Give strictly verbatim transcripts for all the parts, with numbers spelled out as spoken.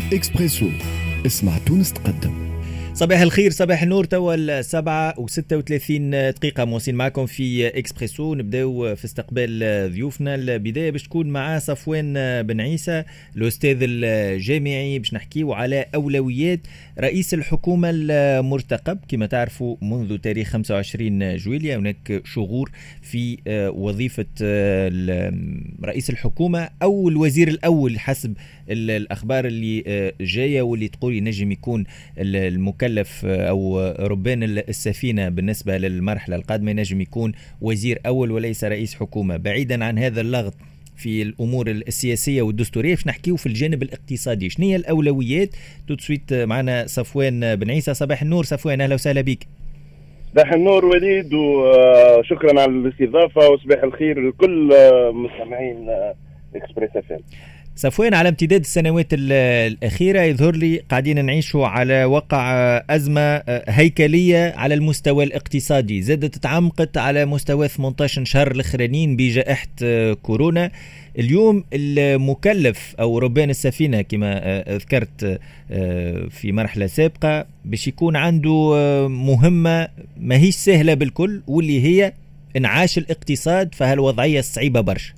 إكسبريسو، اسمع تونس تقدم. صباح الخير، صباح النور. توا السبعة وستة وثلاثين دقيقة مواصلين معكم في إكسبريسو. نبداو في استقبال ضيوفنا. البداية باش تكون مع صفوان بن عيسى الأستاذ الجامعي، باش نحكيو على أولويات رئيس الحكومة المرتقب. كما تعرفوا منذ تاريخ خمسة وعشرين جويلية هناك شغور في وظيفة رئيس الحكومة أو الوزير الأول حسب الأخبار اللي جاية، واللي تقول ينجم يكون المكلف أو ربان السفينة بالنسبة للمرحلة القادمة ينجم يكون وزير أول وليس رئيس حكومة. بعيدا عن هذا اللغط في الأمور السياسية والدستورية، باش نحكيو في الجانب الاقتصادي. شنو هي الأولويات؟ تسويت معنا صفوان بن عيسى. صباح النور صفوان، أهلا وسهلا بك. صباح النور وليد، وشكرا على الاستضافة، وصباح الخير لكل مستمعين إكسبريس اف ام. صفوان، على امتداد السنوات الأخيرة يظهر لي قاعدين نعيشوا على وقع أزمة هيكلية على المستوى الاقتصادي، زادت تعمقت على مستوى ثمانية عشر شهر الأخرانيين بجائحة كورونا. اليوم المكلف أو ربان السفينة كما ذكرت في مرحلة سابقة باش يكون عنده مهمة ما هيش سهلة بالكل، واللي هي انعاش الاقتصاد، فهالوضعية صعيبة برشا.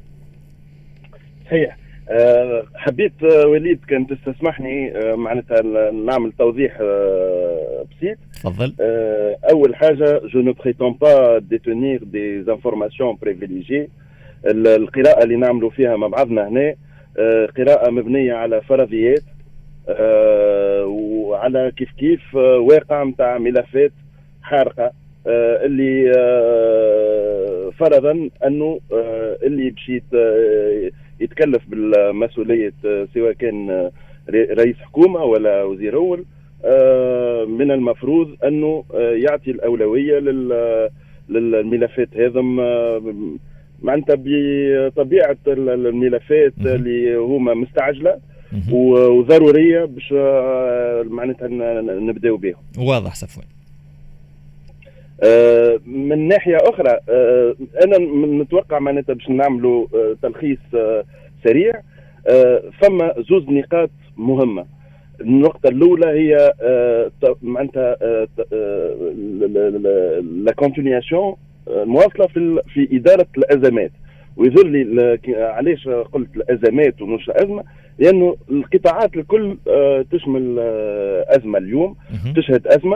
صحيح. أه حبيت أه وليد كان تستسمحني أه معناتها نعمل توضيح أه بسيط. تفضل. أه أول حاجة je ne prétends pas détenir des informations privilégiées. القراءة اللي نعملوا فيها مع بعضنا هنا أه قراءة مبنية على فرضيات أه وعلى كيف كيف أه واقع متاع ملفات حارقة أه اللي أه فرضا أنه أه اللي بشيت أه يتكلف بالمسؤولية سواء كان رئيس حكومة ولا وزير أول، من المفروض أنه يعطي الأولوية للملفات هذا، معناتها بطبيعة الملفات اللي هما مستعجلة وضرورية باش معناتها نبدأ بهم. واضح صفوان. من ناحية أخرى أنا نتوقع معناتها باش نعملوا تلخيص سريع. فما زوز نقاط مهمة. النقطة الأولى هي معناتها لا كونتينياسيون المواصلة في في إدارة الأزمات. ويظهر لي علاش قلت الأزمات ومش أزمة، لأنه القطاعات الكل تشمل أزمة اليوم، تشهد أزمة.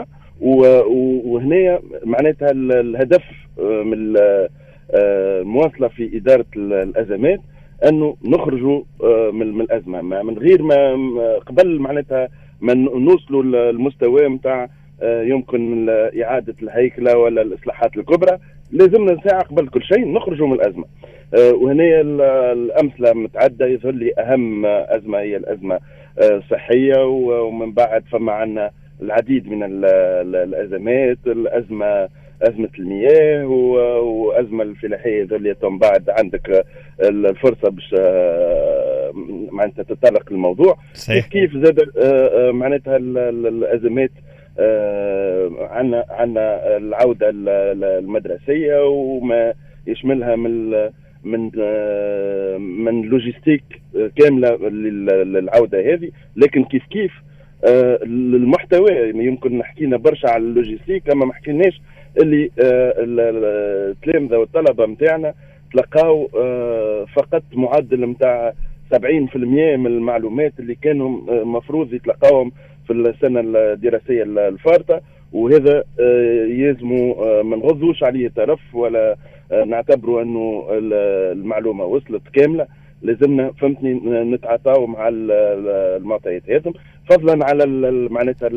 وهنا معناتها الهدف من المواصلة في إدارة الأزمات أنه نخرجوا من الأزمة من غير ما قبل معناتها ما نوصلوا للمستوى متاع يمكن إعادة الهيكلة ولا الإصلاحات الكبرى. لازمنا ساعة قبل كل شيء نخرجوا من الأزمة. وهنا الأمثلة متعدة. يظهر لي أهم أزمة هي الأزمة الصحية، ومن بعد فما عنا العديد من الأزمات، الأزمة أزمة المياه وأزمة الفلاحية. ذولي ثم بعد عندك الفرصة باش معناتها تتطرق الموضوع. كيف كيف زاد معناتها الأزمات عنا عنا العودة المدرسية وما يشملها من من من لوجيستيك كاملة للعودة هذه. لكن كيف كيف آه المحتوى يمكن حكينا برشا على اللوجيستيك، اما ما حكيناش اللي آه التلامذه والطلبه نتاعنا تلقاو آه فقط معدل نتاع سبعين بالمئة من المعلومات اللي كانوا مفروض يتلقاوهم في السنه الدراسيه الفارطه. وهذا آه يلزموا آه ما نغضوش عليه طرف ولا آه نعتبروا انه المعلومه وصلت كامله. لازمنا فهمتني نتعاطاو مع المعطيات هذم، فضلا على معناتها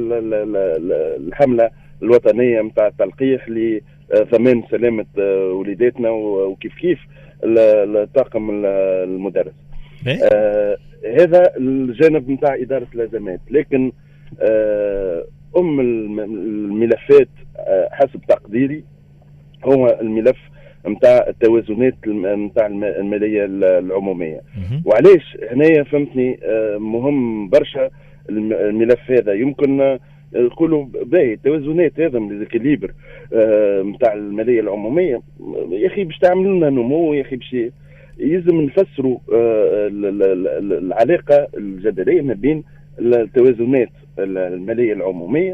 الحمله الوطنيه نتاع التلقيح لضمان سلامه وليداتنا وكيف كيف الطاقم المدرس. آه هذا الجانب نتاع اداره الازمات. لكن آه ام الملفات آه حسب تقديري هو الملف متاع التوازنات متاع المالية العمومية. وعلاش هنايا فهمتني مهم برشا الملف هذا. يمكن نقولوا باهي التوازنات هذا من الكليبر متاع المالية العمومية يا أخي باش تعمل لنا نمو، يا أخي باش يلزم نفسروا العلاقة الجذرية ما بين التوازنات الماليه العموميه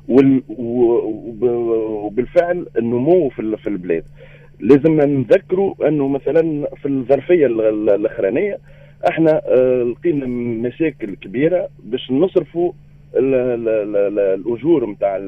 وبالفعل النمو في البلاد. لازم نذكروا انه مثلا في الظرفيه الاخرانيه احنا لقينا مشاكل كبيره باش نصرفوا الاجور نتاع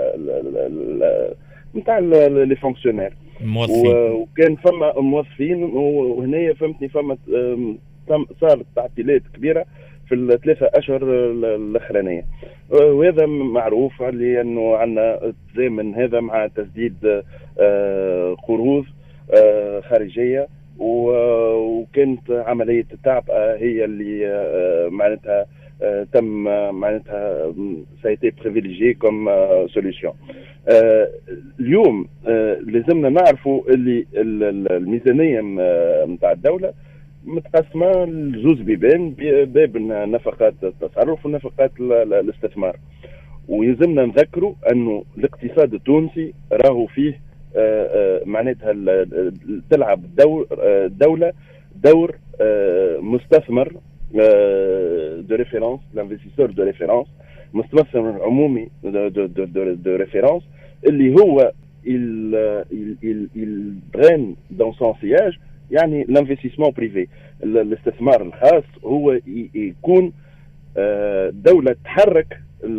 نتاع لي فونكسيونير، وكان فما موظفين وهنا فهمتني فما صارت تعطيلات كبيره في الثلاثه اشهر الاخرانيه، وهذا معروف لانه عندنا التزامن هذا مع تسديد قروض خارجيه، وكانت عمليه التعبئه هي اللي معناتها تم معناتها سايتي بريفيليجي كوم سوليسيون. اليوم لازمنا نعرفوا اللي الميزانيه نتاع الدوله متقسمه لزوز بيبان، باب نفقات التصرف ونفقات الاستثمار، ويلزمنا نذكروا انه الاقتصاد التونسي راهو فيه معناتها تلعب دور الدوله دور مستثمر دو ريفيرونس، لانفستيسور دو ريفيرونس، مستثمر عمومي دو ريفيرونس اللي هو il draine dans son sillage يعني l'investissement privé. الاستثمار الخاص هو يكون دولة تحرك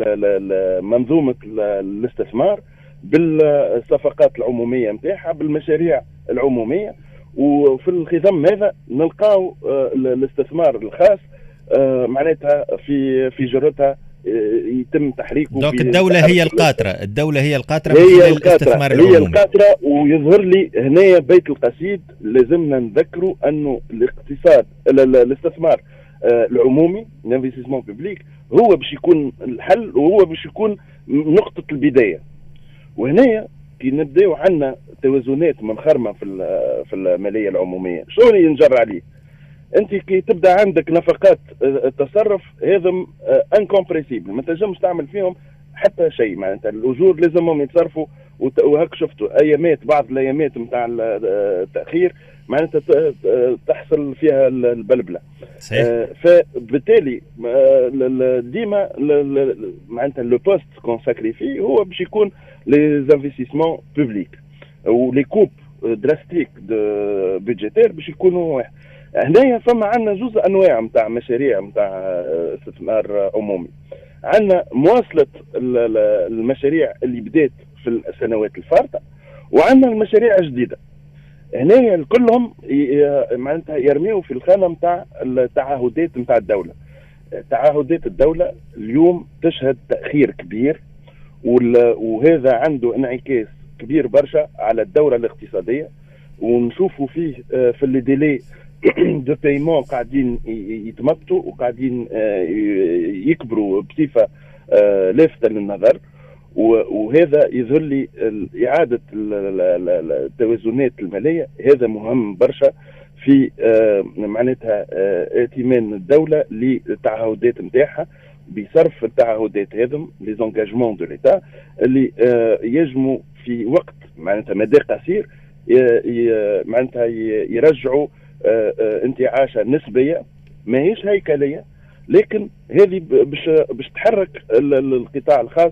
منظومة الاستثمار بالصفقات العمومية متاعها، بالمشاريع العمومية، وفي الخضم هذا نلقاو الاستثمار الخاص معناتها في في جرتها يتم تحريكه. دونك الدولة هي القاطرة، الدولة هي القاطرة هي الاستثمار العمومي، هي القاطرة. ويظهر لي هنا بيت القصيد لازمنا نذكروا انه الاقتصاد الاستثمار العمومي الانفستيسمون بوبليك هو باش يكون الحل، وهو باش يكون نقطة البداية. وهنا كي نبداو عندنا توازنات منخرمة في في المالية العمومية، شو اللي ينجر عليه؟ انت كي تبدا عندك نفقات التصرف هذا انكومبريسيبل، ما تنجمش تعمل فيهم حتى شيء، معناتها الاجور لازمهم يتصرفوا، وهك شفتوا ايامات بعض الايامات نتاع التاخير معناتها تحصل فيها البلبله. صحيح. فبالتالي ديما معناتها لو بوست كونساكري فيه هو باش يكون لي انفستيسمون بوبليك، ولي كوب دراستيك دو بودجيتير باش يكونوا واحد. هنايا فما عندنا جزء انواع نتاع مشاريع نتاع استثمار عمومي. عندنا مواصله المشاريع اللي بدات في السنوات الفارطه، وعندنا المشاريع الجديده. هنايا كلهم معناتها يرميوا في الخانه نتاع التعهدات نتاع الدوله. تعهدات الدوله اليوم تشهد تاخير كبير، وهذا عنده انعكاس كبير برشا على الدوره الاقتصاديه، ونشوفوا فيه في اللي ديلي دو بايمون قاعدين يتمطوا وقاعدين يكبروا بصفه لافته للنظر، وهذا يظهر لي اعاده التوازنات الماليه. هذا مهم برشا في معناتها ائتمان الدوله للتعهدات نتاعها بصرف التعهدات هذم لي زونجاجمون دو ليتا اللي يجموا في وقت معناتها مدى قصير معناتها يرجعوا انتعاشة نسبية ماهيش هيكلية، لكن هذه باش باش تحرك القطاع الخاص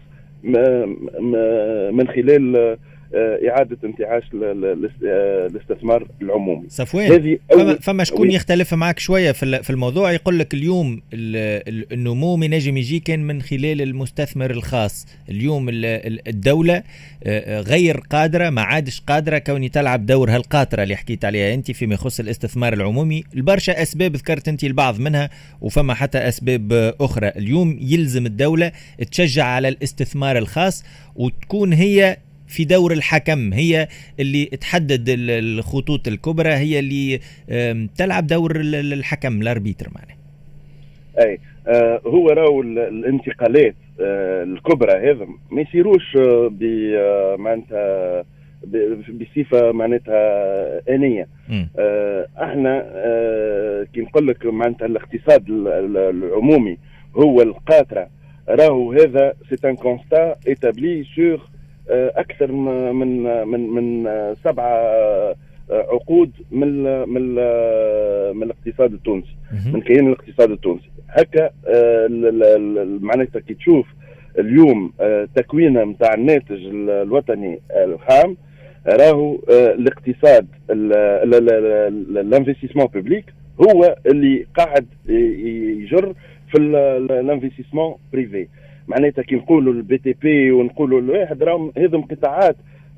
من خلال إعادة انتعاش الاستثمار العمومي. صفوان، فما, فما شكون يختلف معك شوية في الموضوع، يقول لك اليوم النمو ينجم يجي كان من خلال المستثمر الخاص. اليوم الدولة غير قادرة، ما عادش قادرة كوني تلعب دورها القاطرة اللي حكيت عليها أنت فيما يخص الاستثمار العمومي. البرشا أسباب ذكرت أنت البعض منها، وفما حتى أسباب أخرى. اليوم يلزم الدولة تشجع على الاستثمار الخاص، وتكون هي في دور الحكم، هي اللي تحدد الخطوط الكبرى، هي اللي تلعب دور الحكم الاربيتر معناه. اي آه هو راهو الانتقالات آه الكبرى هذا ما يصيروش ب معناتها بصفه معناتها انيه. آه احنا آه كي نقول لك معناتها الاقتصاد العمومي هو القاطره، راهو هذا سي ان كونستا ايتابلي سور أكثر من من من سبعة عقود من ال من ال من الاقتصاد التونسي، من كيان الاقتصاد التونسي. هكا معناتها كي تشوف اليوم تكوينه نتاع الناتج الوطني الخام، راهو الاقتصاد الانفستيسمون بوبليك هو اللي قاعد يجر في الانفستيسمون بريفي. معناتها كي نقولوا البي تي بي ونقولوا الواحد راهم هذم قطاعات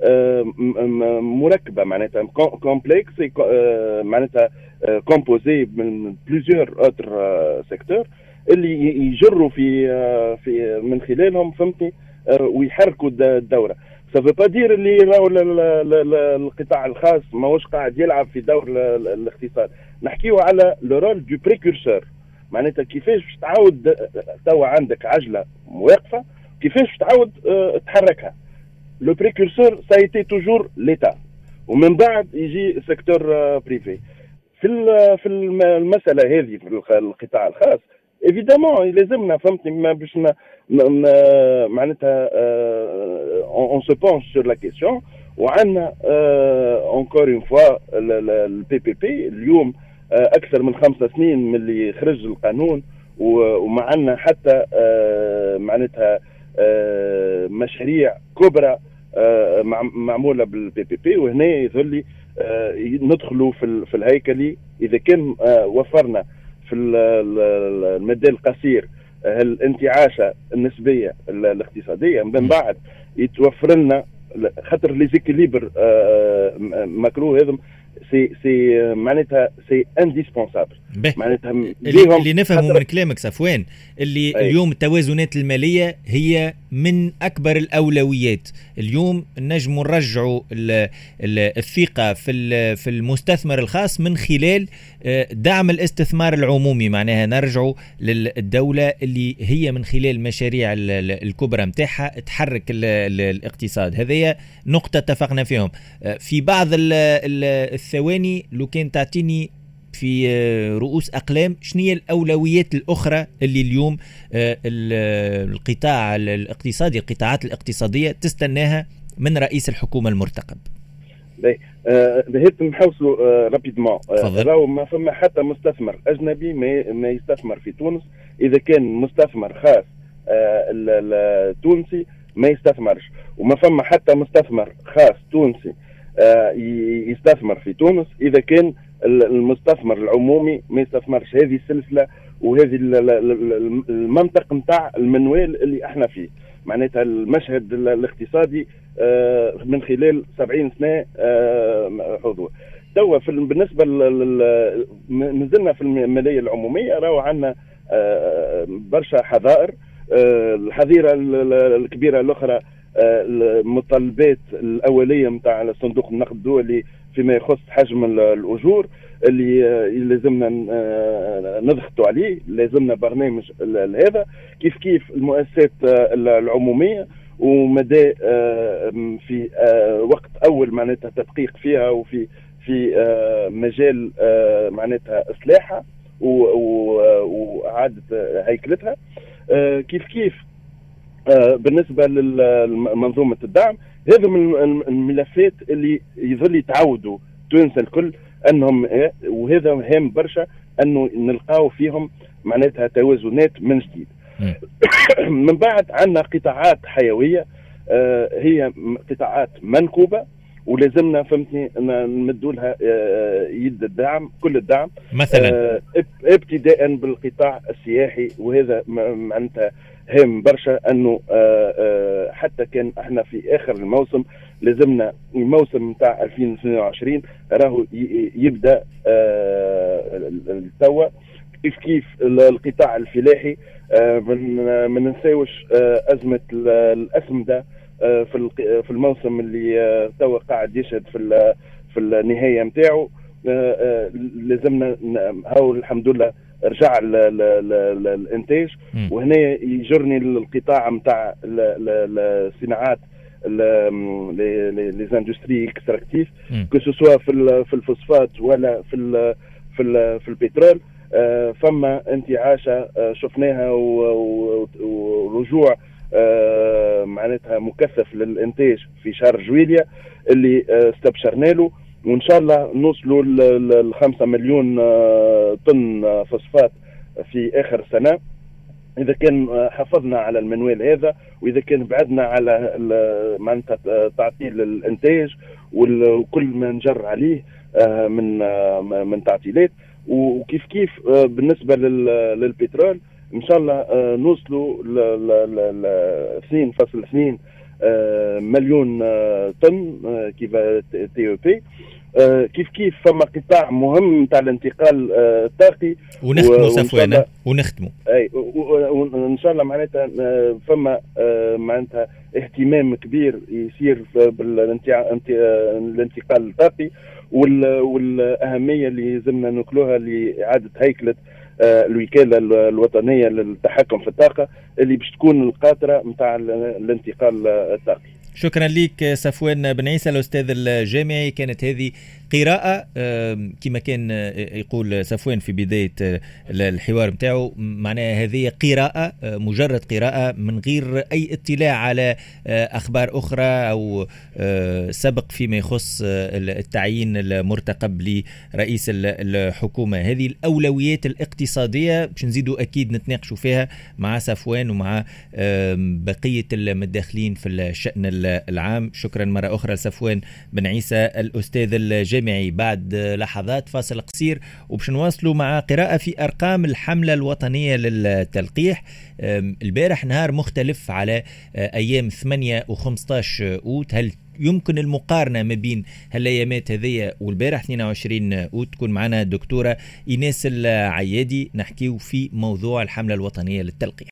مركبه، معناتها كومبلكس، معناتها كومبوزي من بليزيور اوتر سيكتور اللي يجروا في في من خلالهم فهمتني ويحركوا الدوره. سافو با دير اللي راهو القطاع الخاص ماهوش قاعد يلعب في دور الاقتصاد. نحكيو على لو رول دو بريكورسور، معناتها كيفاش باش تعاود توا عندك عجله واقفه كيفاش باش تعاود تحركها. لو بريكورسور سا ايتي توجور ليتا، ومن بعد يجي سيكتور بريفي. في في المساله هذه في القطاع الخاص ايفيدامون لازمنا فهمتني ما باش معناتها اون سو بونش سور لا كيسيون. وعندنا اونكور اون فوا البي بي بي اليوم اكثر من خمسة سنين من اللي خرج القانون، وما عندنا حتى معناتها مشاريع كبرى معموله بالبي بي بي. وهنا يظل لي ندخلوا في في الهيكلي اذا كان وفرنا في المدى القصير الانتعاشه النسبيه الاقتصاديه، من بعد يتوفر لنا خاطر لي زيكيليبر ماكرو هذم سي سي معناتها سي انديسبونسابل. معناتها اللي, اللي نفهمه من كلامك صفوان اللي أي. اليوم التوازنات الماليه هي من اكبر الاولويات. اليوم نجم نرجعوا الثقه في في المستثمر الخاص من خلال دعم الاستثمار العمومي، معناها نرجعوا للدوله اللي هي من خلال مشاريع الكبرى متاعها تحرك الاقتصاد. هذه نقطه اتفقنا فيهم. في بعض الثواني لو كان تعطيني في رؤوس أقلام شنية الأولويات الأخرى اللي اليوم القطاع الاقتصادي القطاعات الاقتصادية تستناها من رئيس الحكومة المرتقب؟ بهيت نحوسوا رابيدمون. راهو ما فما حتى مستثمر أجنبي ما يستثمر في تونس إذا كان مستثمر خاص التونسي ما يستثمرش، وما فما حتى مستثمر خاص تونسي يستثمر في تونس إذا كان المستثمر العمومي ما يستثمرش. هذه السلسلة وهذه المنطق نتاع المنوال اللي احنا فيه، معناتها المشهد الاقتصادي من خلال سبعين سنة حضور. توا بالنسبة نزلنا في المالية العمومية راهو عندنا برشا حظائر. الحظيرة الكبيرة الأخرى المطالبات الأولية متاع صندوق النقد الدولي فيما يخص حجم الأجور اللي لازمنا نضغطوا عليه. لازمنا برنامج هذا كيف كيف المؤسسات العمومية ومدى في وقت أول معناتها تدقيق فيها وفي في مجال معناتها إصلاحها وإعادة هيكلتها. كيف كيف بالنسبة لمنظومة الدعم هذا من الملفات اللي يظل يتعودوا تونس الكل أنهم، وهذا مهم برشا أنه نلقاو فيهم معناتها توازنات من جديد. من بعد عندنا قطاعات حيوية هي قطاعات منكوبة ولازمنا فهمتني نمدوا لها يد الدعم كل الدعم، مثلا ابتداء بالقطاع السياحي. وهذا معناتها هام برشا أنه حتى كان احنا في آخر الموسم لازمنا الموسم نتاع ألفين واثنين وعشرين راهو يبدأ التوا كيف كيف القطاع الفلاحي. من من نساوش أزمة الأسمدة في في الموسم اللي توا قاعد يشهد في في النهاية نتاعو. لازمنا هاو الحمد لله رجع الانتاج. وهنا يجرني القطاع نتاع الصناعات لي زاندستري اكستراكتيف كو سوسوا في في الفوسفات ولا في ال في ال في البترول. فما انتعاشه شفناها ورجوع معناتها مكثف للانتاج في شهر جويليا اللي استبشرنا له. وان شاء الله نوصلوا ل خمسة مليون طن فوسفات في اخر سنه، اذا كان حافظنا على المنوال هذا، واذا كان بعدنا على معناتها تعطيل الانتاج وكل ما نجر عليه من من تعطيلات. وكيف كيف بالنسبه للبترول ان شاء الله نوصلوا ل اثنين فاصلة اثنين مليون طن كيف تي او بي. كيف كيف فما قطاع مهم نتاع الانتقال الطاقي ونختموا صفوان ونختموا اي وان شاء الله معناتها فما معناتها اهتمام كبير يصير بالانتقال الطاقي، والاهميه اللي لازمنا نكلوها لاعاده هيكله الوكاله الوطنيه للتحكم في الطاقه اللي باش تكون القاطره نتاع الانتقال الطاقي. شكرا لك صفوان بن عيسى الأستاذ الجامعي. كانت هذه قراءة كما كان يقول صفوان في بداية الحوار متاعه، معناها هذه قراءة مجرد قراءة من غير أي اطلاع على أخبار أخرى أو سبق فيما يخص التعيين المرتقب لرئيس الحكومة. هذه الأولويات الاقتصادية باش نزيدوا أكيد نتناقشوا فيها مع صفوان ومع بقية المتداخلين في الشأن العام. شكرا مرة أخرى لصفوان بن عيسى الأستاذ الجامعي. بعد لحظات فاصل قصير وباش نواصلوا مع قراءة في أرقام الحملة الوطنية للتلقيح. البارح نهار مختلف على أيام ثمانية وخمسة عشر أوت. هل يمكن المقارنة ما بين هالأيامات هذية والبارح اثنين وعشرين أوت؟ تكون معنا الدكتورة إيناس العيادي نحكيو في موضوع الحملة الوطنية للتلقيح.